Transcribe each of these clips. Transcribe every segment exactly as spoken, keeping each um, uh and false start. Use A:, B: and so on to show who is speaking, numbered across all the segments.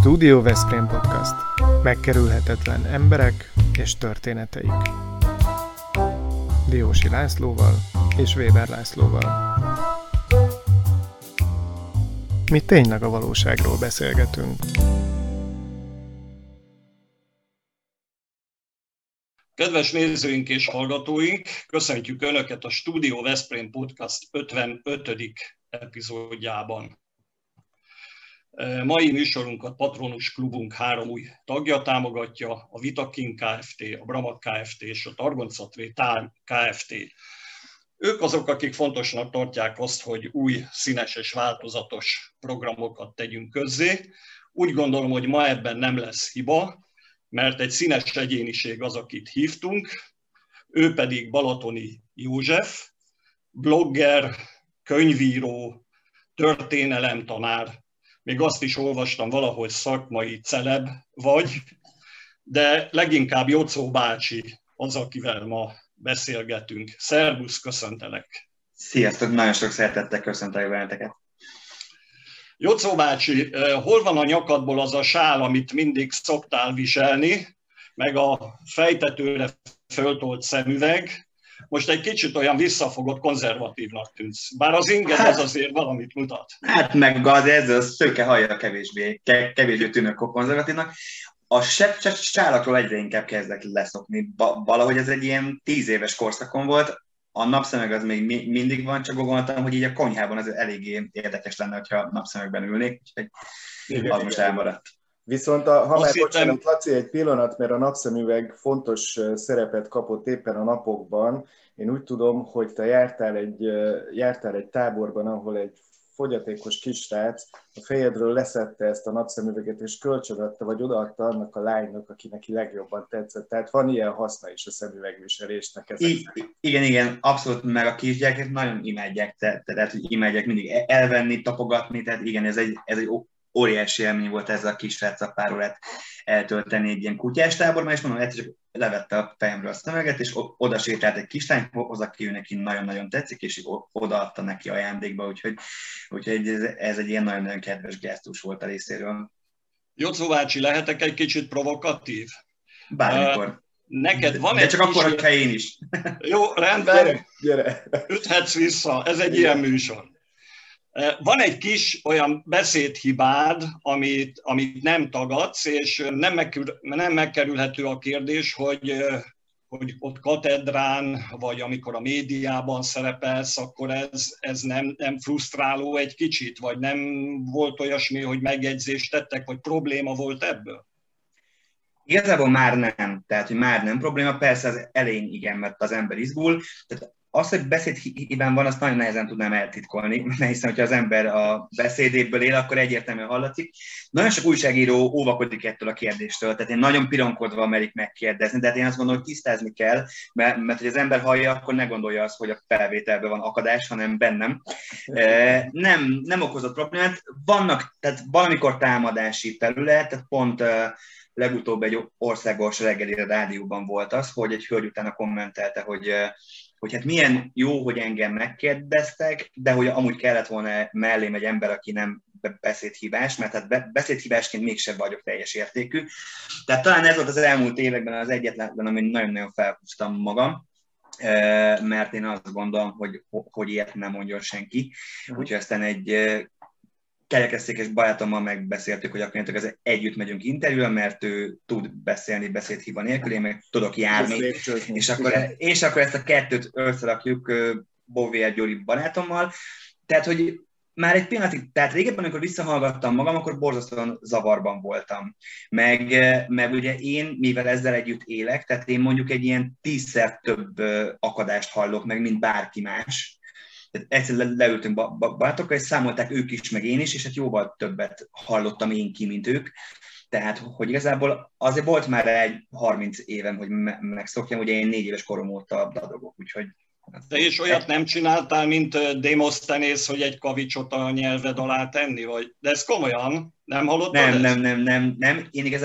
A: Studio Veszprém Podcast. Megkerülhetetlen emberek és történeteik. Diósi Lászlóval és Weber Lászlóval. Mi tényleg a valóságról beszélgetünk.
B: Kedves nézőink és hallgatóink, köszöntjük Önöket a Studio Veszprém Podcast ötvenötödik epizódjában. Mai műsorunkat Patronus Klubunk három új tagja támogatja, a Vitakin Kft., a Bramag Kft. És a Targoncatvé Tál Kft. Ők azok, akik fontosnak tartják azt, hogy új, színes és változatos programokat tegyünk közzé. Úgy gondolom, hogy ma ebben nem lesz hiba, mert egy színes egyéniség az, akit hívtunk, ő pedig Balatoni József, blogger, könyvíró, történelemtanár, még azt is olvastam valahol, szakmai celeb vagy, de leginkább Jocó bácsi az, akivel ma beszélgetünk. Szervusz, köszöntelek!
C: Sziasztok, nagyon sok szeretettel köszöntelek benneteket!
B: Jocó bácsi, hol van a nyakadból az a sál, amit mindig szoktál viselni, meg a fejtetőre föltolt szemüveg? Most egy kicsit olyan visszafogott, konzervatívnak tűnsz. Bár az inged hát, ez azért valamit mutat.
C: Hát meg az ez a szőke hajja kevésbé, kevésbé tűnök konzervatívnak. A sálakról egyre inkább kezdek leszokni. Valahogy ez egy ilyen tíz éves korszakon volt. A napszemeg az még mindig van, csak gondoltam, hogy így a konyhában az eléggé érdekes lenne, hogyha napszemegben ülnék, úgyhogy az most elmaradt.
D: Viszont a, ha már bocsánat, Laci, egy pillanat, mert a napszemüveg fontos szerepet kapott éppen a napokban. Én úgy tudom, hogy te jártál egy, jártál egy táborban, ahol egy fogyatékos kisrác a fejedről leszedte ezt a napszemüveget, és kölcsönadta, vagy odaadta annak a lánynak, aki neki legjobban tetszett. Tehát van ilyen haszna is a szemüvegviselésnek.
C: I- igen, igen, abszolút, meg a kisgyerekek nagyon imádják, tehát hogy imádják mindig elvenni, tapogatni, tehát igen, ez egy, ez egy óriási élmény volt ez a kisrác pár órát eltölteni egy ilyen kutyás táborban, és mondom, egyszer csak levette a fejemről a szemüveget, és oda sétált egy kislányhoz, aki ő neki nagyon-nagyon tetszik, és odaadta neki ajándékba, úgyhogy, úgyhogy ez, ez egy ilyen nagyon-nagyon kedves gesztus volt a részéről.
B: Jocó bácsi, lehetek egy kicsit provokatív?
C: Bármikor. Uh,
B: neked van
C: De
B: egy
C: csak kis... akkor, hogyha én is.
B: Jó, rendben.
D: Gyere, gyere.
B: Üthetsz vissza, ez egy ilyen műsor. Van egy kis olyan beszédhibád, amit, amit nem tagadsz, és nem, megkerül, nem megkerülhető a kérdés, hogy, hogy ott katedrán, vagy amikor a médiában szerepelsz, akkor ez, ez nem, nem frusztráló egy kicsit, vagy nem volt olyasmi, hogy megjegyzést tettek, vagy probléma volt ebből?
C: Igazából már nem, tehát hogy már nem probléma, persze az elején igen, mert az ember izgul, tehát az, hogy beszédhibán van, azt nagyon nehezen tudnám eltitkolni, mert hiszen, hogyha az ember a beszédéből él, akkor egyértelműen hallatszik. Nagyon sok újságíró óvakodik ettől a kérdéstől, tehát én nagyon pironkodva merik megkérdezni, de hát én azt gondolom, hogy tisztázni kell, mert, mert hogy az ember hallja, akkor ne gondolja azt, hogy a felvételben van akadás, hanem bennem. Nem, nem okozott problémát. Vannak, tehát valamikor támadási terület, tehát pont legutóbb egy országos reggeli rádióban volt az, hogy egy hölgy utána kommentelte, hogy hogy hát milyen jó, hogy engem megkérdeztek, de hogy amúgy kellett volna mellém egy ember, aki nem beszédhibás, mert hát beszédhibásként mégsem vagyok teljes értékű. Tehát talán ez volt az elmúlt években az egyetlen, amin nagyon-nagyon felhúztam magam, mert én azt gondolom, hogy, hogy ilyet nem mondjon senki. Uh-huh. Úgyhogy aztán egy kerekesszékes barátommal megbeszéltük, hogy akkor az együtt megyünk interjúra, mert ő tud beszélni beszédhiba nélkül, én meg tudok járni, és akkor, és akkor ezt a kettőt összerakjuk Bóvér Gyuri barátommal. Tehát, hogy már egy pillanatig, tehát régebben, amikor visszahallgattam magam, akkor borzasztóan zavarban voltam. Meg, meg ugye én, mivel ezzel együtt élek, tehát én mondjuk egy ilyen tízszer több akadást hallok meg, mint bárki más. Tehát egyszer le, leültünk barátokkal, és számolták ők is, meg én is, és hát jóval többet hallottam én ki, mint ők. Tehát, hogy igazából azért volt már egy harminc évem, hogy me- megszokjam, ugye én négy éves korom óta dadogok, úgyhogy...
B: De és olyat nem csináltál, mint Démoszthenész, hogy egy kavicsot a nyelved alá tenni? Vagy... De ez komolyan? Nem hallottad
C: Nem,
B: ezt?
C: nem, nem, nem, nem. Én igazából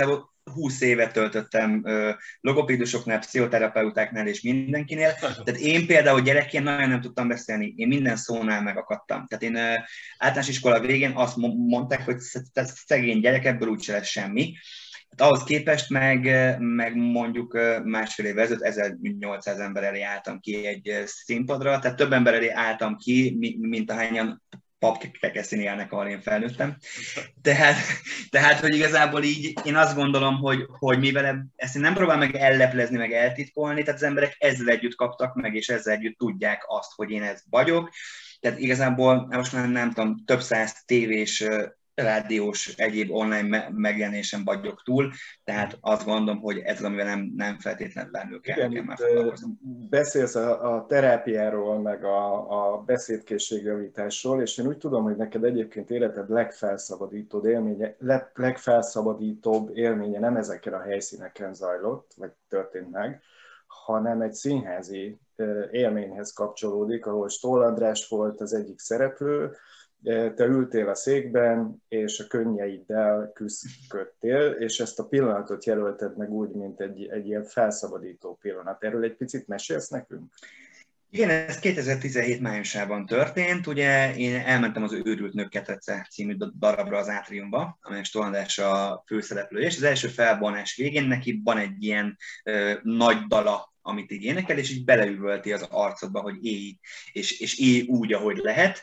C: húsz évet töltöttem logopédusoknál, pszichoterapeutáknál és mindenkinél. Tehát én például gyerekként nagyon nem tudtam beszélni, én minden szónál megakadtam. Tehát én általános iskola végén azt mondták, hogy szegény gyerek, ebből úgyse lesz semmi. Hát ahhoz képest meg, meg mondjuk másfél évvel ezelőtt ezernyolcszáz ember elé álltam ki egy színpadra, tehát több ember elé álltam ki, mint ahányan papkekeszín élnek, ahol én felnőttem. Tehát, tehát, hogy igazából így én azt gondolom, hogy, hogy mivel ezt én nem próbálom meg elleplezni, meg eltitkolni, tehát az emberek ezzel együtt kaptak meg, és ezzel együtt tudják azt, hogy én ez vagyok. Tehát igazából most már nem tudom, több száz tévés, rádiós, egyéb online megjelenésen vagyok túl, tehát azt gondolom, hogy ez az, amivel nem, nem feltétlenül kell
D: Igen,
C: nekem már foglalkozni.
D: Beszélsz a, a terápiáról, meg a, a beszédkészségjavításról, és én úgy tudom, hogy neked egyébként életed legfelszabadítóbb élménye, leg, legfelszabadítóbb élménye nem ezeken a helyszíneken zajlott, vagy történt meg, hanem egy színházi élményhez kapcsolódik, ahol Stoll András volt az egyik szereplő, te ültél a székben, és a könnyeiddel küzdködtél, és ezt a pillanatot jelölted meg úgy, mint egy, egy ilyen felszabadító pillanat. Erről egy picit mesélsz nekünk?
C: Igen, ez kétezer-tizenhét májusában történt. Ugye én elmentem az Őrült Nők Ketrece című darabra az Átriumba, amelyek Stoll András a főszereplő, és az első felvonás végén neki van egy ilyen ö, nagy dala, amit így énekel, és így beleüvölti az arcodba, hogy élj, és, és élj úgy, ahogy lehet.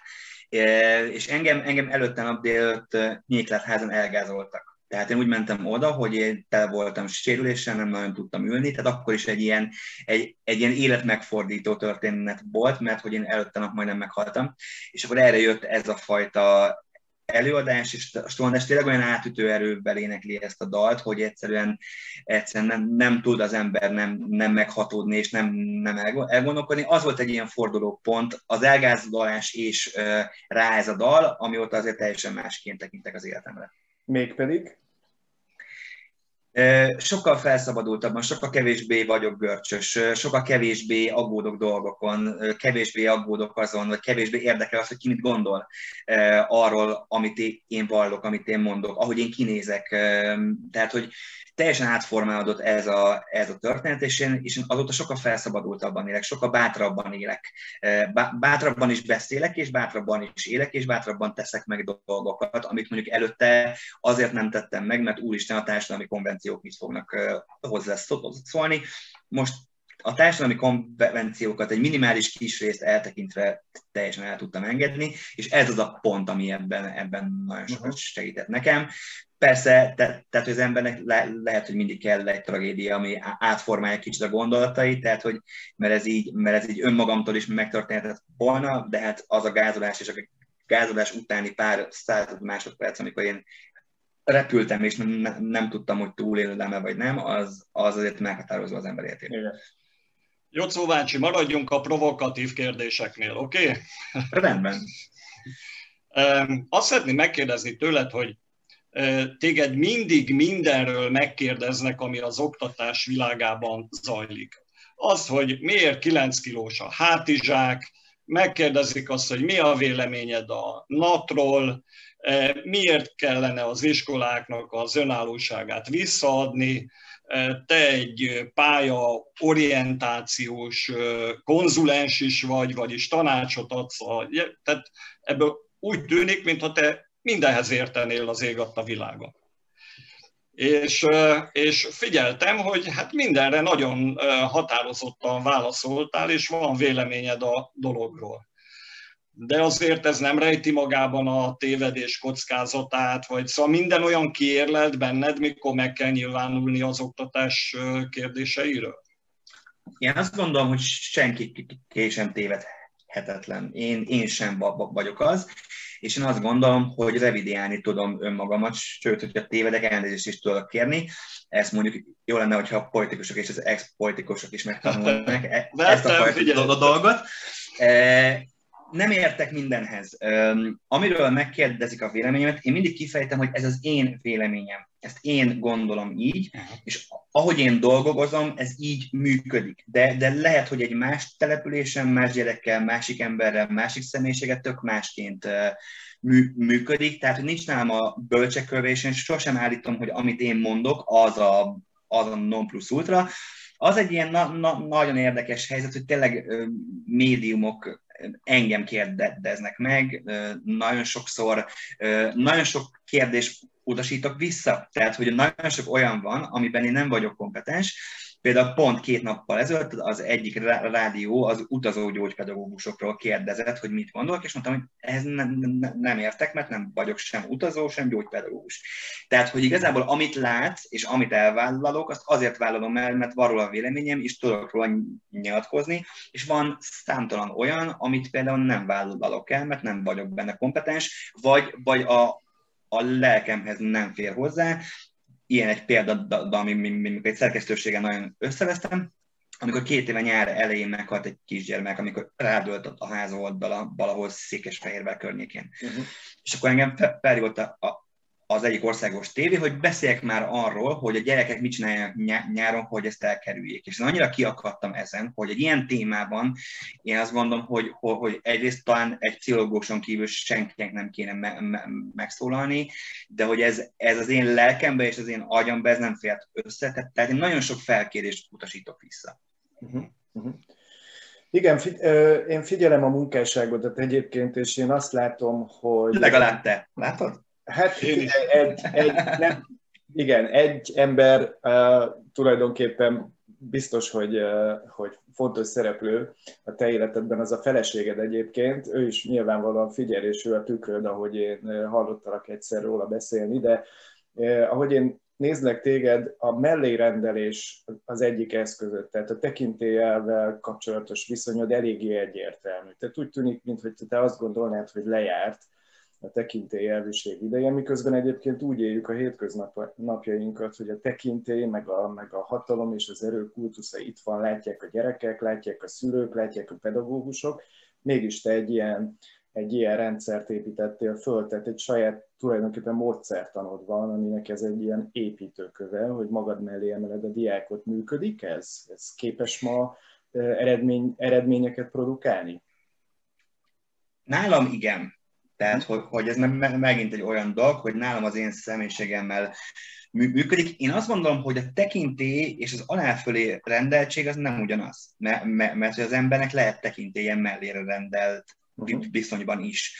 C: És engem, engem előtte nap délőtt Nyéklátházon elgázoltak. Tehát én úgy mentem oda, hogy én tele voltam sérüléssel, nem nagyon tudtam ülni, tehát akkor is egy ilyen, egy, egy ilyen életmegfordító történet volt, mert hogy én előtte nap majdnem meghaltam, és akkor erre jött ez a fajta előadás, és a Stoll András tényleg olyan átütő erővel énekli ezt a dalt, hogy egyszerűen, egyszerűen nem, nem tud az ember nem, nem meghatódni, és nem, nem elgondolkodni. Az volt egy ilyen fordulópont, az elgázolás és uh, rá ez a dal, amióta azért teljesen másként tekintek az életemre.
D: Mégpedig?
C: Sokkal felszabadultabban, sokkal kevésbé vagyok görcsös, sokkal kevésbé aggódok dolgokon, kevésbé aggódok azon, vagy kevésbé érdekel az, hogy ki mit gondol arról, amit én vallok, amit én mondok, ahogy én kinézek. Tehát, hogy teljesen átformálódott ez a, ez a történet, és én, és én azóta sokkal felszabadultabban élek, sokkal bátrabban élek. Bátrabban is beszélek, és bátrabban is élek, és bátrabban teszek meg dolgokat, amit mondjuk előtte azért nem tettem meg, mert úristen, a társadalmi konvenciók mit fognak hozzá szólni. Most a társadalmi konvenciókat egy minimális kis részt eltekintve teljesen el tudtam engedni, és ez az a pont, ami ebben, ebben nagyon sokat segített nekem. Persze, te, tehát az embernek le, lehet, hogy mindig kell egy tragédia, ami átformálja kicsit a gondolatait, tehát, hogy, mert, ez így, mert ez így önmagamtól is megtörténhetett volna, de hát az a gázolás és a gázolás utáni pár század másodperc, amikor én repültem, és nem, nem tudtam, hogy túlélem-e vagy nem, az, az azért meghatározó az ember életében.
B: Jocó bácsi, maradjunk a provokatív kérdéseknél, oké? Okay?
C: Rendben.
B: Azt szeretném megkérdezni tőled, hogy téged mindig mindenről megkérdeznek, ami az oktatás világában zajlik. Az, hogy miért kilenc kilós a hátizsák, megkérdezik azt, hogy mi a véleményed a natról, miért kellene az iskoláknak az önállóságát visszaadni, te egy pályaorientációs konzulens is vagy, vagyis tanácsot adsz. Tehát ebből úgy tűnik, mintha te mindenhez értenél az ég adta világon. És, és figyeltem, hogy hát mindenre nagyon határozottan válaszoltál, és van véleményed a dologról. De azért ez nem rejti magában a tévedés kockázatát, vagy szóval minden olyan kiérlelt benned, mikor meg kell nyilvánulni az oktatás kérdéseiről?
C: Én azt gondolom, hogy senki sem tévedhetetlen. Én, én sem vagyok az, és én azt gondolom, hogy revidiálni tudom önmagamat, sőt, hogyha tévedek, elnézést is tudok kérni. Ezt mondjuk jó lenne, hogyha a politikusok és az ex-politikusok is megtanulnak ezt a fajta dolgot. Nem értek mindenhez. Um, amiről megkérdezik a véleményemet, én mindig kifejtem, hogy ez az én véleményem. Ezt én gondolom így, és ahogy én dolgozom, ez így működik. De, de lehet, hogy egy más településen, más gyerekkel, másik emberrel, másik személyiséget tök másként uh, mű, működik. Tehát, hogy nincs nálam a bölcsekölve, és én sosem állítom, hogy amit én mondok, az a, az a non plus ultra. Az egy ilyen na, na, nagyon érdekes helyzet, hogy tényleg uh, médiumok engem kérdeznek meg, nagyon sokszor, nagyon sok kérdést utasítok vissza. Tehát, hogy nagyon sok olyan van, amiben én nem vagyok kompetens. Például pont két nappal ezelőtt az egyik rádió az utazó gyógypedagógusokról kérdezett, hogy mit gondolok, és mondtam, hogy ehhez nem, nem, nem értek, mert nem vagyok sem utazó, sem gyógypedagógus. Tehát, hogy igazából amit látsz, és amit elvállalok, azt azért vállalom el, mert van róla a véleményem, és tudok róla nyilatkozni, és van számtalan olyan, amit például nem vállalok el, mert nem vagyok benne kompetens, vagy, vagy a, a lelkemhez nem fér hozzá. Ilyen egy példa, amikor egy szerkesztőségen nagyon összevesztem, amikor két éve nyár elején meghalt egy kisgyermek, amikor rádölt a ház oldala valahol Székesfehérvár környékén. Uh-huh. És akkor engem felhívott a, a, az egyik országos tévé, hogy beszéljek már arról, hogy a gyerekek mit csinálják nyáron, hogy ezt elkerüljék. És én annyira kiakadtam ezen, hogy egy ilyen témában én azt gondolom, hogy, hogy egyrészt talán egy pszichológuson kívül senkinek nem kéne me- me- megszólalni, de hogy ez, ez az én lelkembe és az én agyamba ez nem fért össze. Tehát én nagyon sok felkérést utasítok vissza.
D: Uh-huh. Uh-huh. Igen, figy- én figyelem a munkásságodat egyébként, és én azt látom, hogy...
C: Legalább te. Látod?
D: Hát egy, egy, egy, nem, igen, egy ember uh, tulajdonképpen biztos, hogy, uh, hogy fontos szereplő a te életedben, az a feleséged egyébként. Ő is nyilvánvalóan figyel, és ő a tükröd, ahogy én uh, hallottalak egyszer róla beszélni, de uh, ahogy én nézlek téged, a mellérendelés az egyik eszközött, tehát a tekintélyelvvel kapcsolatos viszonyod eléggé egyértelmű. Tehát úgy tűnik, mintha te azt gondolnád, hogy lejárt a tekintélyelvűség ideje, miközben egyébként úgy éljük a hétköznapjainkat, hogy a tekintély, meg a, meg a hatalom és az erő kultusza itt van, látják a gyerekek, látják a szülők, látják a pedagógusok, mégis te egy ilyen, egy ilyen rendszert építettél föl, tehát egy saját tulajdonképpen módszertanod van, aminek ez egy ilyen építőköve, hogy magad mellé emeled a diákot. Működik ez? Ez képes ma eredmény, eredményeket produkálni?
C: Nálam igen. Tehát, hogy, hogy ez megint egy olyan dolog, hogy nálam az én személyiségemmel működik. Én azt gondolom, hogy a tekintély és az aláfölé rendeltség az nem ugyanaz. Mert, mert az embernek lehet tekintélyen mellére rendelt viszonyban is.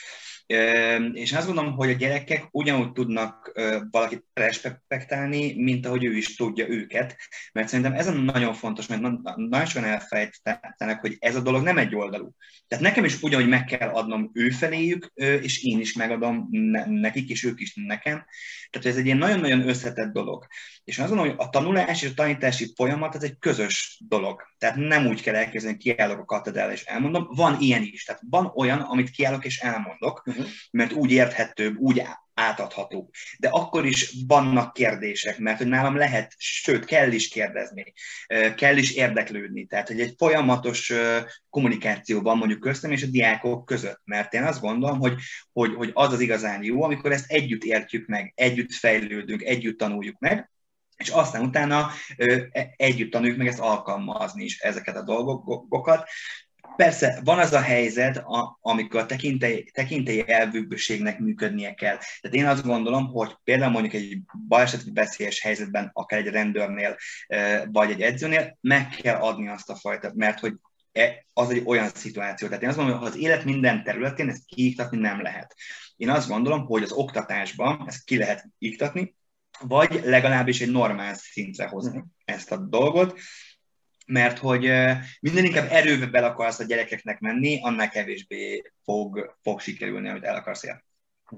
C: És azt gondolom, hogy a gyerekek ugyanúgy tudnak valakit respektálni, mint ahogy ő is tudja őket, mert szerintem ez a nagyon fontos, mert nagyon sokan elfelejtenek, hogy ez a dolog nem egy oldalú. Tehát nekem is ugyanúgy meg kell adnom ő feléjük, és én is megadom nekik, és ők is nekem. Tehát ez egy ilyen nagyon-nagyon összetett dolog. És azt gondolom, hogy a tanulás és a tanítási folyamat az egy közös dolog. Tehát nem úgy kell elképzelni, hogy kiállok a katedrára és elmondom. Van ilyen is. Tehát van olyan, amit kiállok és elmondok, uh-huh. mert úgy érthetőbb, úgy átadható. De akkor is vannak kérdések, mert hogy nálam lehet, sőt, kell is kérdezni, kell is érdeklődni. Tehát, hogy egy folyamatos kommunikáció van mondjuk köztem és a diákok között. Mert én azt gondolom, hogy, hogy, hogy az az igazán jó, amikor ezt együtt értjük meg, együtt fejlődünk, együtt tanuljuk meg, és aztán utána együtt tanuljuk meg ezt alkalmazni is, ezeket a dolgokat. Persze, van az a helyzet, amikor a tekintély, tekintélyi elvűségnek működnie kell. Tehát én azt gondolom, hogy például mondjuk egy baleseti veszélyes helyzetben, akár egy rendőrnél, vagy egy edzőnél, meg kell adni azt a fajtát, mert hogy az egy olyan szituáció. Tehát én azt gondolom, hogy az élet minden területén ezt kiiktatni nem lehet. Én azt gondolom, hogy az oktatásban ezt ki lehet iktatni, vagy legalábbis egy normál szintre hozni ezt a dolgot, mert hogy minden inkább erővel akarsz a gyerekeknek menni, annál kevésbé fog, fog sikerülni, amit el akarsz érni.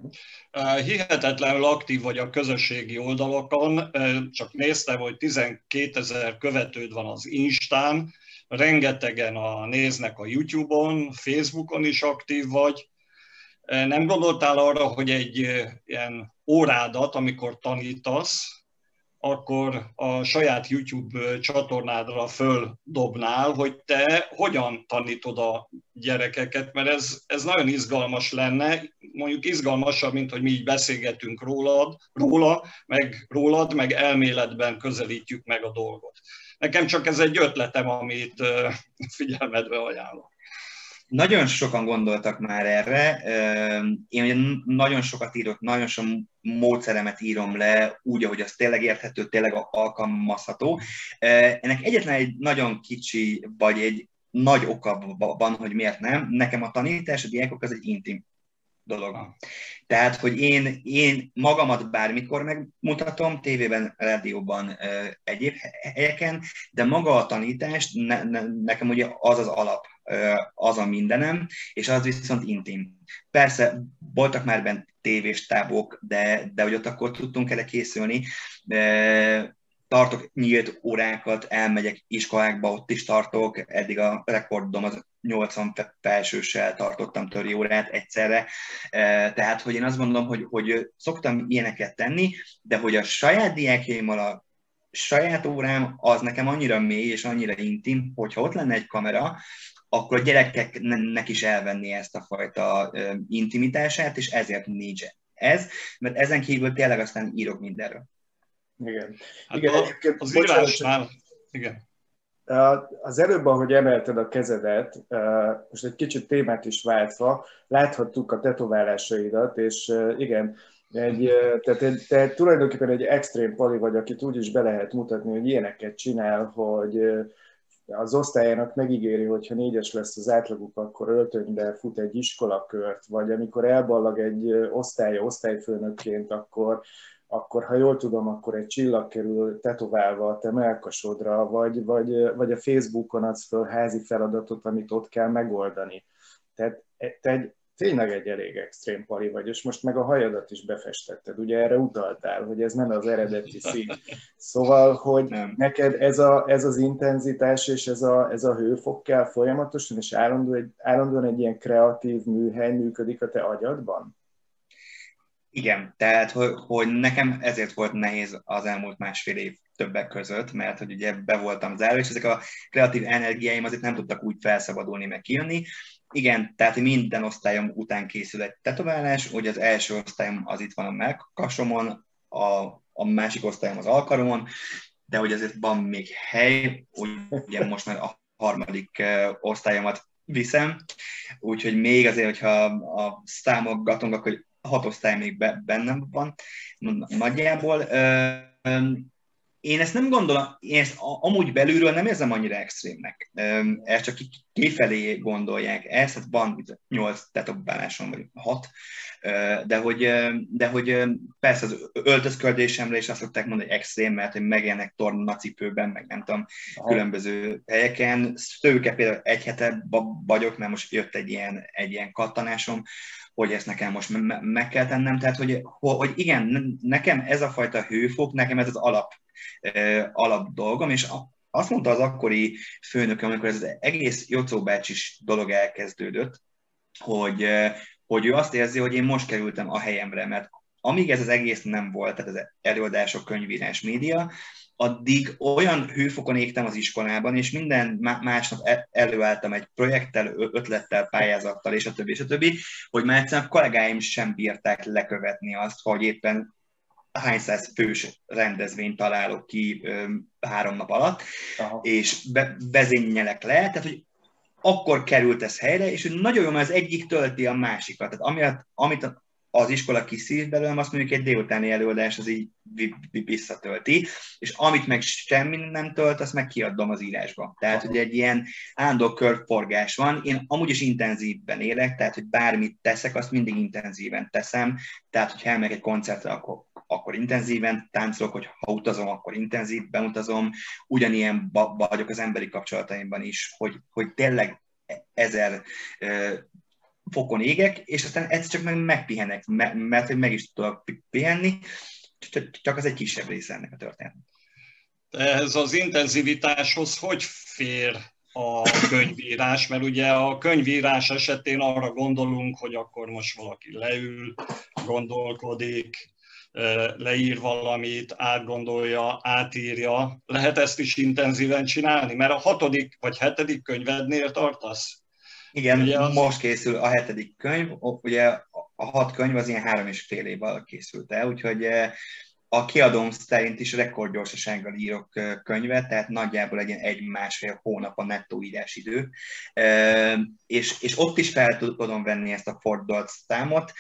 B: Hihetetlenül aktív vagy a közösségi oldalakon, csak néztem, hogy tizenkétezer követőd van az Instán, rengetegen a, néznek a YouTube-on, Facebookon is aktív vagy. Nem gondoltál arra, hogy egy ilyen órádat, amikor tanítasz, akkor a saját YouTube csatornádra földobnál, hogy te hogyan tanítod a gyerekeket, mert ez, ez nagyon izgalmas lenne, mondjuk izgalmasabb, mint hogy mi így beszélgetünk rólad, róla, meg rólad, meg elméletben közelítjük meg a dolgot. Nekem csak ez egy ötletem, amit figyelmedbe ajánlok.
C: Nagyon sokan gondoltak már erre. Én ugye nagyon sokat írok, nagyon sok módszeremet írom le, úgy, ahogy az tényleg érthető, tényleg alkalmazható. Ennek egyetlen egy nagyon kicsi, vagy egy nagy oka van, hogy miért nem. Nekem a tanítás a diákok az egy intim dolog. Tehát, hogy én, én magamat bármikor megmutatom, tévében, rádióban, egyéb helyeken, de maga a tanítás, ne, ne, nekem ugye az az alap, az a mindenem, és az viszont intim. Persze, voltak már benne tévés tábok, de, de hogy ott akkor tudtunk erre készülni. Tartok nyílt órákat, elmegyek iskolákba, ott is tartok, eddig a rekordom az nyolcvan felsőssel tartottam töri órát egyszerre. Tehát, hogy én azt mondom, hogy, hogy szoktam ilyeneket tenni, de hogy a saját diákjaimmal a saját órám az nekem annyira mély és annyira intim, hogyha ott lenne egy kamera, akkor a gyerekeknek is elvenni ezt a fajta intimitását, és ezért nincs ez, mert ezen kívül tényleg aztán írok mindenről.
D: Igen.
B: Hát
D: igen,
B: a, az írásnál, igen.
D: Az előbb, ahogy emelted a kezedet, most egy kicsit témát is váltva, láthattuk a tetoválásaidat, és igen, egy, tehát egy, te tulajdonképpen egy extrém pali vagy, akit úgy is be lehet mutatni, hogy ilyeneket csinál, hogy az osztályának megígéri, hogy ha négyes lesz az átlaguk, akkor öltönybe fut egy iskolakört, vagy amikor elballag egy osztály osztályfőnökként, akkor akkor ha jól tudom, akkor egy csillag kerül tetoválva a te mellkasodra, vagy, vagy, vagy a Facebookon adsz föl házi feladatot, amit ott kell megoldani. Tehát te egy, tényleg egy elég extrém pali vagy, és most meg a hajadat is befestetted. Ugye erre utaltál, hogy ez nem az eredeti szín. Szóval, hogy nem. Neked ez, a, ez az intenzitás és ez a, ez a hőfok kell folyamatosan, és állandóan, állandóan egy ilyen kreatív műhely működik a te agyadban?
C: Igen, tehát hogy, hogy nekem ezért volt nehéz az elmúlt másfél év többek között, mert hogy ugye be voltam zárva, és ezek a kreatív energiáim azért nem tudtak úgy felszabadulni, meg kijönni. Igen, tehát minden osztályom után készül egy tetoválás, ugye az első osztályom az itt van a mellkasomon, a, a másik osztályom az alkaromon, de hogy azért van még hely, ugye most már a harmadik osztályomat viszem, úgyhogy még azért, hogyha a számolgatunk, akkor hat osztály még bennem van nagyjából. Én ezt nem gondolom, én ezt amúgy belülről nem érzem annyira extrémnek. Ezt csak kifelé gondolják ezt, hát van nyolc tetovállásom, vagy hat, de hogy, de hogy persze az öltözködésemre is azt szokták mondani, hogy extrém, mert hogy megjelennek tornacipőben, meg nem tudom, aha, különböző helyeken. Szőke például egy hete vagyok, mert most jött egy ilyen, egy ilyen kattanásom, hogy ezt nekem most me- meg kell tennem, tehát hogy, hogy igen, nekem ez a fajta hőfok, nekem ez az alap, uh, alap dolgom, és azt mondta az akkori főnököm, amikor ez az egész Jocó bácsis dolog elkezdődött, hogy, uh, hogy ő azt érzi, hogy én most kerültem a helyemre, mert amíg ez az egész nem volt, tehát az előadások, könyvírás, média, addig olyan hőfokon égtem az iskolában, és minden másnap előálltam egy projekttel, ötlettel, pályázattal, és a többi, és a többi, hogy már egyszerűen a kollégáim sem bírták lekövetni azt, hogy éppen hány száz fős rendezvényt találok ki ö, három nap alatt, aha, és be, vezényelek le, tehát hogy akkor került ez helyre, és nagyon jó, mert az egyik tölti a másikat. Tehát amit, amit az iskola kiszív belőlem, azt mondjuk egy délutáni előadás az így visszatölti, és amit meg semmi nem tölt, azt meg kiadom az írásba. Tehát, hogy egy ilyen állandó körforgás van. Én amúgy is intenzívben élek, tehát, hogy bármit teszek, azt mindig intenzíven teszem. Tehát, hogyha elmegyek egy koncertre, akkor, akkor intenzíven táncolok, hogy ha utazom, akkor intenzívben utazom. Ugyanilyen vagyok az emberi kapcsolataimban is, hogy, hogy tényleg ezer fokon égek, és aztán egyszer csak meg megpihenek, mert hogy meg is tudok pihenni, csak az egy kisebb része ennek a történetnek.
B: Ez az intenzivitáshoz hogy fér a könyvírás? Mert ugye a könyvírás esetén arra gondolunk, hogy akkor most valaki leül, gondolkodik, leír valamit, átgondolja, átírja. Lehet ezt is intenzíven csinálni? Mert a hatodik vagy hetedik könyvednél tartasz?
C: Igen, ugye az... most készül a hetedik könyv, ugye a hat könyv az ilyen három és fél év alatt készült el, úgyhogy a kiadóm szerint is rekordgyorsasággal írok könyvet, tehát nagyjából egy egy-másfél hónap a nettó írásidő, és, és ott is fel tudom venni ezt a fordulat számot.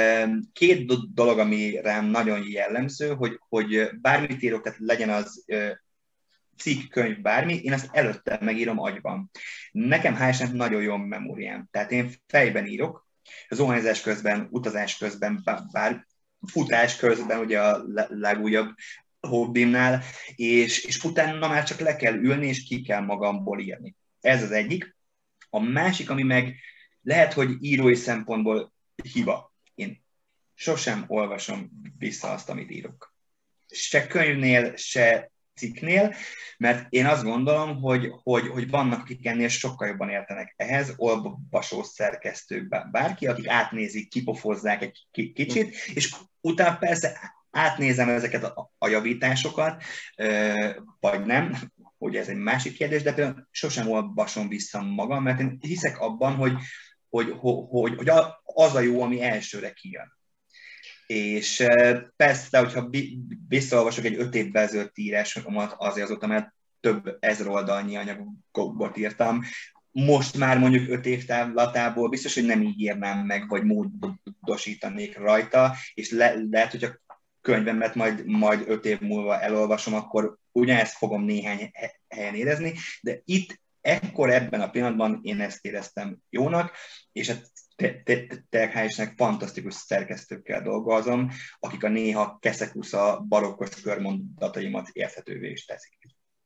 C: Két dolog, ami rám nagyon jellemző, hogy, hogy bármit írok, tehát legyen az cikk, könyv, bármi, én azt előtte megírom agyban. Nekem hál' Istennek nagyon jó memóriám, tehát én fejben írok, zuhanyzás közben, utazás közben, bár futás közben, ugye a legújabb hobbimnál, és, és utána már csak le kell ülni, és ki kell magamból írni. Ez az egyik. A másik, ami meg lehet, hogy írói szempontból hiba. Én sosem olvasom vissza azt, amit írok. Se könyvnél, se cikknél, mert én azt gondolom, hogy, hogy, hogy vannak, akik ennél sokkal jobban értenek ehhez, olvasó szerkesztők, bárki, akik átnézik, kipofozzák egy kicsit, és utána persze átnézem ezeket a, a javításokat, vagy nem, ugye ez egy másik kérdés, de például sosem olvasom vissza magam, mert én hiszek abban, hogy, hogy, hogy, hogy az a jó, ami elsőre kijön. És persze, hogyha visszaolvasok egy öt évvel ezelőtti írásomat, azért azóta már több ezer oldalnyi anyagot írtam. Most már mondjuk öt év távlatából biztos, hogy nem így írnám meg, vagy módosítanék rajta, és le, lehet, hogy a könyvemet majd, majd öt év múlva elolvasom, akkor ugyanezt fogom néhány helyen érezni, de itt ekkor ebben a pillanatban én ezt éreztem jónak, és hát tényleg hál' Istennek fantasztikus szerkesztőkkel dolgozom, akik a néha keszekusza barokkos körmondataimat érthetővé is teszik.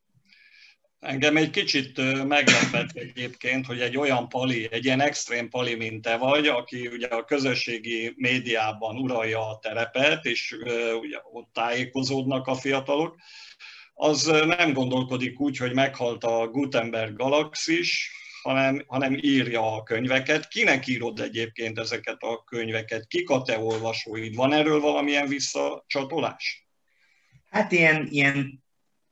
B: Engem egy kicsit meglepett egyébként, hogy egy olyan pali, egy ilyen extrém pali, mint te vagy, aki ugye a közösségi médiában uralja a terepet, és ugye ott tájékozódnak a fiatalok, az nem gondolkodik úgy, hogy meghalt a Gutenberg galaxis, hanem, hanem írja a könyveket. Kinek írod egyébként ezeket a könyveket? Kik a te olvasóid? Van erről valamilyen visszacsatolás?
C: Hát ilyen, ilyen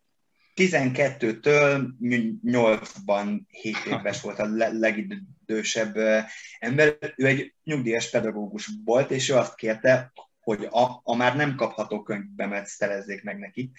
C: tizenkettőtől nyolcban hét éves volt a legidősebb ember. Ő egy nyugdíjas pedagógus volt, és ő azt kérte, hogy a, a már nem kapható könyvemet szerezzék meg neki,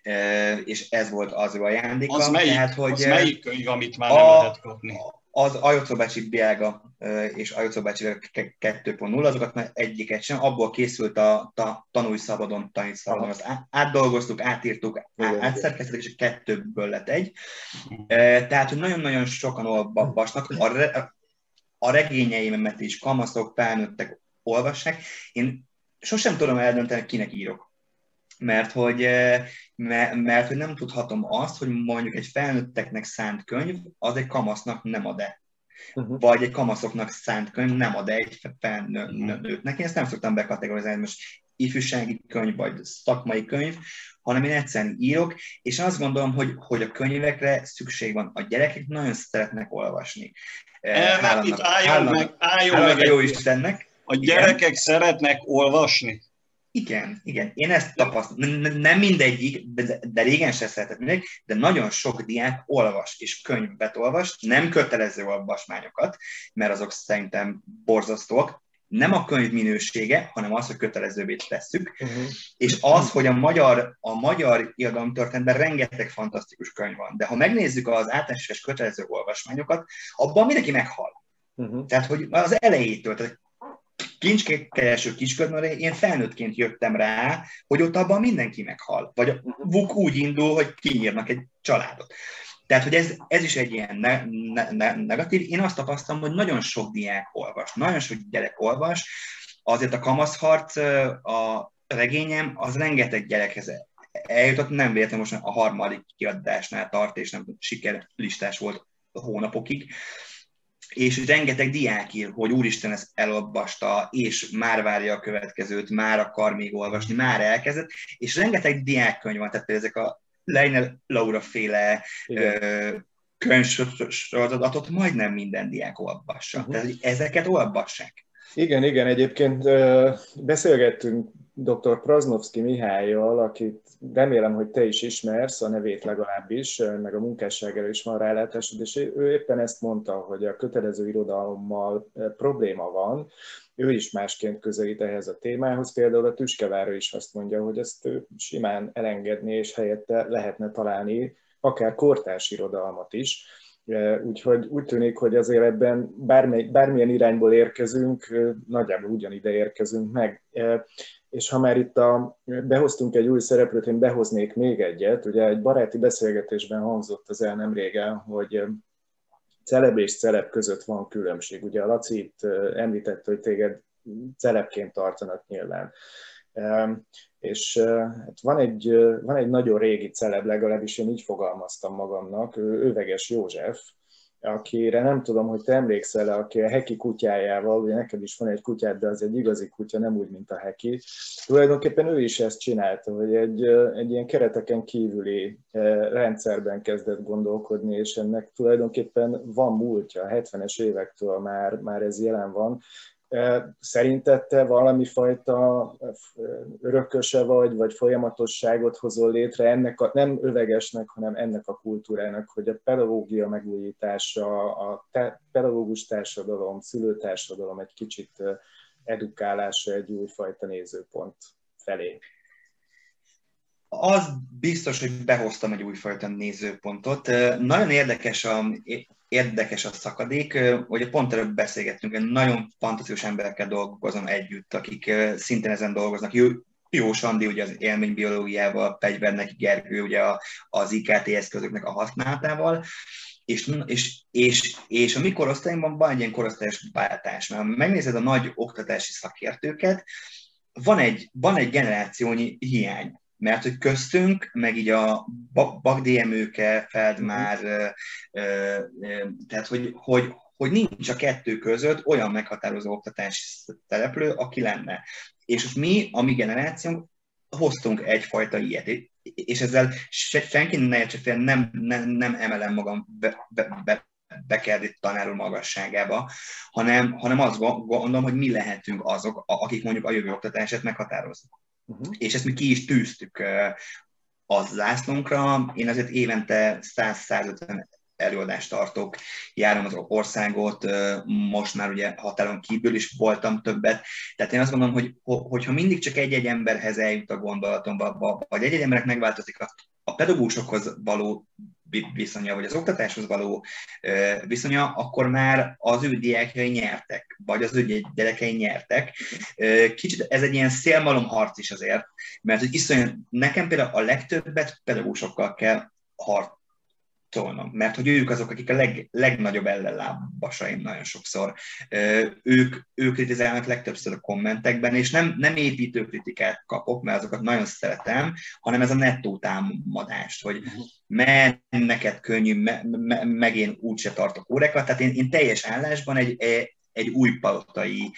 C: és ez volt az ő ajándéka.
B: Az melyik,
C: Tehát, hogy
B: az melyik könyv, amit már
C: a,
B: nem lehet kapni?
C: Az Ajocó bácsi Bielga és Ajocó bácsi kettő pont nulla, azokat már egyiket sem, abból készült a, a Tanulj szabadon, Taníts szabadon, azt átdolgoztuk, átírtuk, átszerkesztettük, és kettőből lett egy. Tehát, hogy nagyon-nagyon sokan olvasnak, a, re, a regényeimet is kamaszok, felnőttek olvassák. Én sosem tudom eldönteni, kinek írok. Mert hogy, mert, mert hogy nem tudhatom azt, hogy mondjuk egy felnőtteknek szánt könyv, az egy kamasznak nem ad-e. Uh-huh. Vagy egy kamaszoknak szánt könyv nem ad-e egy felnőttnek. Én ezt nem szoktam bekategorizálni, most ifjúsági könyv, vagy szakmai könyv, hanem én egyszerűen írok, és azt gondolom, hogy, hogy a könyvekre szükség van. A gyerekek nagyon szeretnek olvasni.
B: Hálának, itt álljon meg, álljon meg
C: jó Istennek.
B: A gyerekek igen. szeretnek olvasni?
C: Igen, igen. Én ezt tapasztalom. Nem mindegyik, de, de régen se szeretett mindegyik, de nagyon sok diák olvas és könyvet olvas, nem kötelező olvasmányokat, mert azok szerintem borzasztóak. Nem a könyv minősége, hanem az, hogy kötelezővé tesszük. Uh-huh. És az, hogy a magyar, a magyar irodalomtörténetben rengeteg fantasztikus könyv van. De ha megnézzük az általános kötelező olvasmányokat, abban mindenki meghal. Uh-huh. Tehát, hogy az elejétől, tehát kincskereső kisködmöre, én felnőttként jöttem rá, hogy ott abban mindenki meghal. Vagy a vuk úgy indul, hogy kinyírnak egy családot. Tehát, hogy ez, ez is egy ilyen ne, ne, ne, negatív. Én azt tapasztalom, hogy nagyon sok diák olvas, nagyon sok gyerek olvas. Azért a kamaszharc, a regényem, az rengeteg gyerekhez eljutott, nem véletlenül most a harmadik kiadásnál tart, és nem sikerlistás volt hónapokig. És rengeteg diák ír, hogy úristen ezt elolvasta, és már várja a következőt, már akar még olvasni, már elkezdett, és rengeteg diákkönyv van, tehát ezek a Leiner Laura féle könyvsorozatot majdnem minden diák olvassa. Uh-huh. Tehát ezeket olvassák.
D: Igen, igen, egyébként beszélgettünk doktor Praznovszky Mihállyal, akit remélem, hogy te is ismersz, a nevét legalábbis, meg a munkásságára is van rálátásod, és ő éppen ezt mondta, hogy a kötelező irodalommal probléma van, ő is másként közelít ehhez a témához, például a Tüskevára is azt mondja, hogy ezt ő simán elengedni, és helyette lehetne találni akár kortárs irodalmat is. Úgyhogy úgy tűnik, hogy azért ebben bármely, bármilyen irányból érkezünk, nagyjából ugyanide érkezünk meg. És ha már itt a, behoztunk egy új szereplőt, én behoznék még egyet. Ugye egy baráti beszélgetésben hangzott az el nem régen, hogy celeb és celeb között van különbség. Ugye a Laci itt említette, hogy téged celebként tartanak nyilván. És hát van, egy, van egy nagyon régi celeb, legalábbis én így fogalmaztam magamnak, Öveges József, akire nem tudom, hogy te emlékszel, aki a Heki kutyájával, ugye neked is van egy kutyád, de az egy igazi kutya, nem úgy, mint a Heki. Tulajdonképpen ő is ezt csinálta, hogy egy, egy ilyen kereteken kívüli rendszerben kezdett gondolkodni, és ennek tulajdonképpen van múltja, a hetvenes évektől már, már ez jelen van. Szerinted te valami fajta örököse vagy, vagy folyamatosságot hozol létre ennek a, nem Övegesnek, hanem ennek a kultúrának, hogy a pedagógia megújítása, a te, pedagógus társadalom, szülőtársadalom egy kicsit edukálása egy újfajta nézőpont felé?
C: Az biztos, hogy behoztam egy újfajta nézőpontot. Nagyon érdekes a, érdekes a szakadék, hogy pont előbb beszélgettünk, nagyon fantasztikus emberekkel dolgozom együtt, akik szintén ezen dolgoznak. Jó Andi ugye az élménybiológiával, Pegyvernek Gergő ugye az I K T eszközöknek a használatával, és, és, és, és a mi korosztályunkban van egy ilyen korosztályos váltás, mert ha megnézed a nagy oktatási szakértőket, van egy, van egy generációnyi hiány. Mert hogy köztünk, meg így a Bagdi Emőke, Feldmár, tehát hogy, hogy, hogy nincs a kettő között olyan meghatározó oktatási szereplő, aki lenne. És most mi, a mi generációnk, hoztunk egyfajta ilyet, és ezzel senki ne értse fél, nem, nem, nem emelem magam be, be, be, bekerült tanárul magasságába, hanem, hanem azt gondolom, hogy mi lehetünk azok, akik mondjuk a jövő oktatását meghatározzuk. Uh-huh. És ezt mi ki is tűztük a zászlónkra. Én azért évente száz-százötven előadást tartok, járom az országot, most már ugye határon kívül is voltam többet. Tehát én azt gondolom, hogy hogyha mindig csak egy-egy emberhez eljut a gondolatomba, vagy egy-egy emberek megváltozik a, a pedagógusokhoz való viszonya, vagy az oktatáshoz való viszonya, akkor már az ő diákjai nyertek, vagy az ő gyerekei nyertek. Kicsit ez egy ilyen szélmalomharc is azért, mert hogy iszonyat, nekem például a legtöbbet pedagógusokkal kell harcolnom, mert hogy ők azok, akik a leg, legnagyobb ellenlábasaim nagyon sokszor. Ők, ők kritizálnak legtöbbször a kommentekben, és nem, nem építő kritikát kapok, mert azokat nagyon szeretem, hanem ez a nettó támadást, hogy mert neked könnyű, me, me, meg én úgyse tartok órákat. Tehát én, én teljes állásban egy, egy új palotai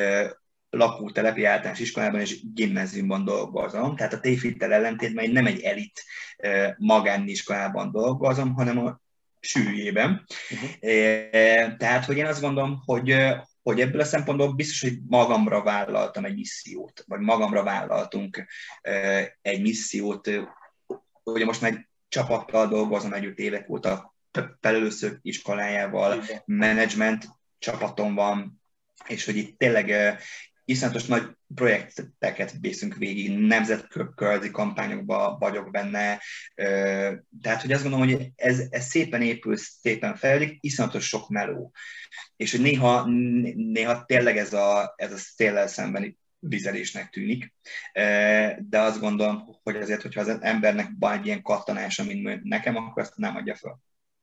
C: lakótelepi általános iskolában és gimnáziumban dolgozom. Tehát a Tévhittel ellentétben nem egy elit magániskolában dolgozom, hanem a sűrűjében. Uh-huh. Tehát, hogy én azt gondolom, hogy, hogy ebből a szempontból biztos, hogy magamra vállaltam egy missziót, vagy magamra vállaltunk egy missziót. Ugye most már egy csapattal dolgozom együtt évek óta, felelőszök iskolájával, menedzsment csapatom van, és hogy itt tényleg iszonyatos nagy projekteket vészünk végig, nemzetközi kampányokban vagyok benne, tehát hogy azt gondolom, hogy ez, ez szépen épül, szépen fejlődik, iszonyatos sok meló, és hogy néha, néha tényleg ez a, ez a széllel szembeni vizelésnek tűnik, de azt gondolom, hogy azért, hogyha az embernek van egy ilyen kattanása, mint nekem, akkor ezt nem adja fel.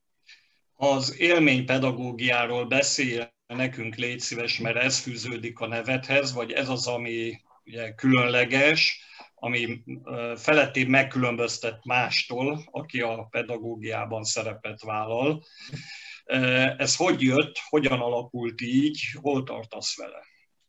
B: Az élménypedagógiáról beszél nekünk, légy szíves, mert ez fűződik a nevedhez, vagy ez az, ami ugye különleges, ami felettébb megkülönböztet mástól, aki a pedagógiában szerepet vállal. Ez hogy jött, hogyan alakult így, hol tartasz vele?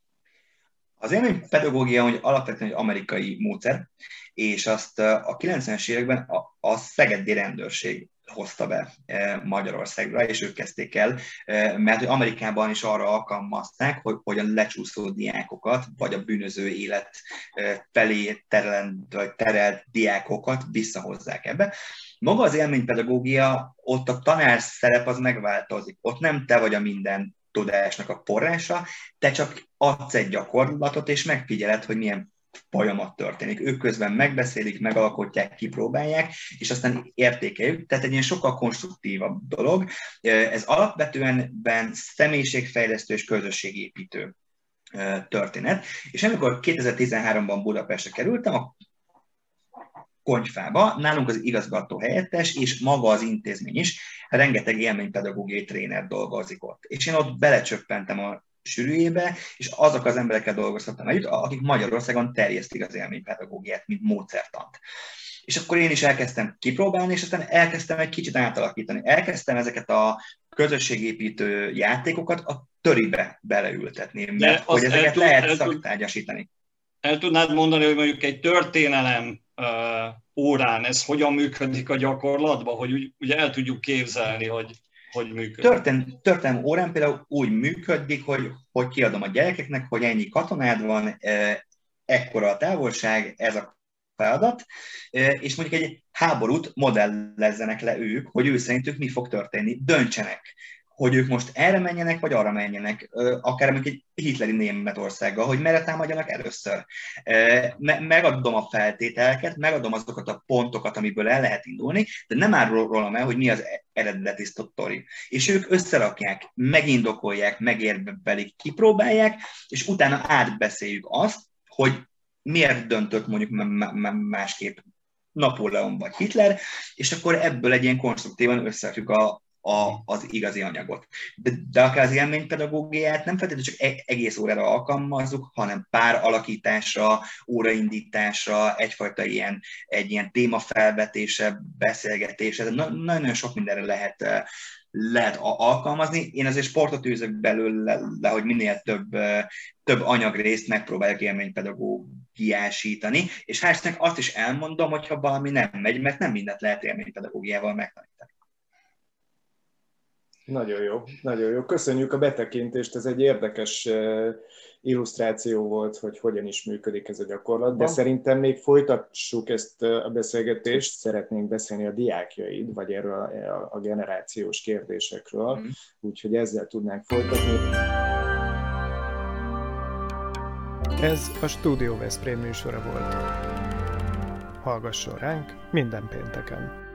C: Az élménypedagógia hogy alapvetően egy amerikai módszer, és azt a kilencvenes években a, a szegedi rendőrség hozta be Magyarországra, és ők kezdték el, mert hogy Amerikában is arra alkalmazták, hogy hogyan lecsúszó diákokat, vagy a bűnöző élet felé terelt, vagy terelt diákokat visszahozzák ebbe. Maga az élménypedagógia, ott a tanár szerep az megváltozik. Ott nem te vagy a minden tudásnak a forrása, te csak adsz egy gyakorlatot, és megfigyeled, hogy milyen folyamat történik. Ők közben megbeszélik, megalkotják, kipróbálják, és aztán értékeljük. Tehát egy ilyen sokkal konstruktívabb dolog. Ez alapvetően személyiségfejlesztő és közösségépítő történet. És amikor kétezer-tizenháromban Budapestre kerültem, a Konyfába, nálunk az igazgató helyettes, és maga az intézmény is, rengeteg élménypedagógiai tréner dolgozik ott. És én ott belecsöppentem a sűrűjébe, és azok az emberekkel dolgozhattam együtt, akik Magyarországon terjesztik az élménypedagógiát, mint módszertant. És akkor én is elkezdtem kipróbálni, és aztán elkezdtem egy kicsit átalakítani. Elkezdtem ezeket a közösségépítő játékokat a töribe beleültetni, mert hogy ezeket tud, lehet szaktárgyasítani.
B: El tudnád mondani, hogy mondjuk egy történelem uh, órán ez hogyan működik a gyakorlatban, hogy úgy, ugye el tudjuk képzelni, hogy hogy működik?
C: Történ, történelem órán például úgy működik, hogy, hogy kiadom a gyerekeknek, hogy ennyi katonád van, ekkora a távolság, ez a feladat, és mondjuk egy háborút modellezzenek le ők, hogy ő szerintük mi fog történni, döntsenek, hogy ők most erre menjenek, vagy arra menjenek, akár mondjuk egy hitleri Németországgal, hogy merre támadjanak először. Megadom a feltételeket, megadom azokat a pontokat, amiből el lehet indulni, de nem árulom el, hogy mi az eredeti sztori. És ők összerakják, megindokolják, megérbelik, kipróbálják, és utána átbeszéljük azt, hogy miért döntött mondjuk másképp Napóleon vagy Hitler, és akkor ebből egy ilyen konstruktívan összerakjuk a A, az igazi anyagot. De, de akár az élménypedagógiát nem feltétlenül csak egész órára alkalmazzuk, hanem pár alakításra, óraindításra, egyfajta ilyen, egy ilyen témafelvetése, beszélgetése, nagyon-nagyon sok mindenre lehet, lehet alkalmazni. Én azért sportot űzök belőle, hogy minél több, több anyagrészt megpróbáljuk élménypedagógiásítani, és hál' Istennek azt is elmondom, hogyha valami nem megy, mert nem mindent lehet élménypedagógiával megtanítani.
D: Nagyon jó, nagyon jó. Köszönjük a betekintést, ez egy érdekes illusztráció volt, hogy hogyan is működik ez a gyakorlat, de szerintem még folytassuk ezt a beszélgetést, szeretnénk beszélni a diákjaid, vagy erről a, a generációs kérdésekről, mm. úgyhogy ezzel tudnánk folytatni.
A: Ez a Stúdió Veszprém műsora volt. Hallgasson ránk minden pénteken!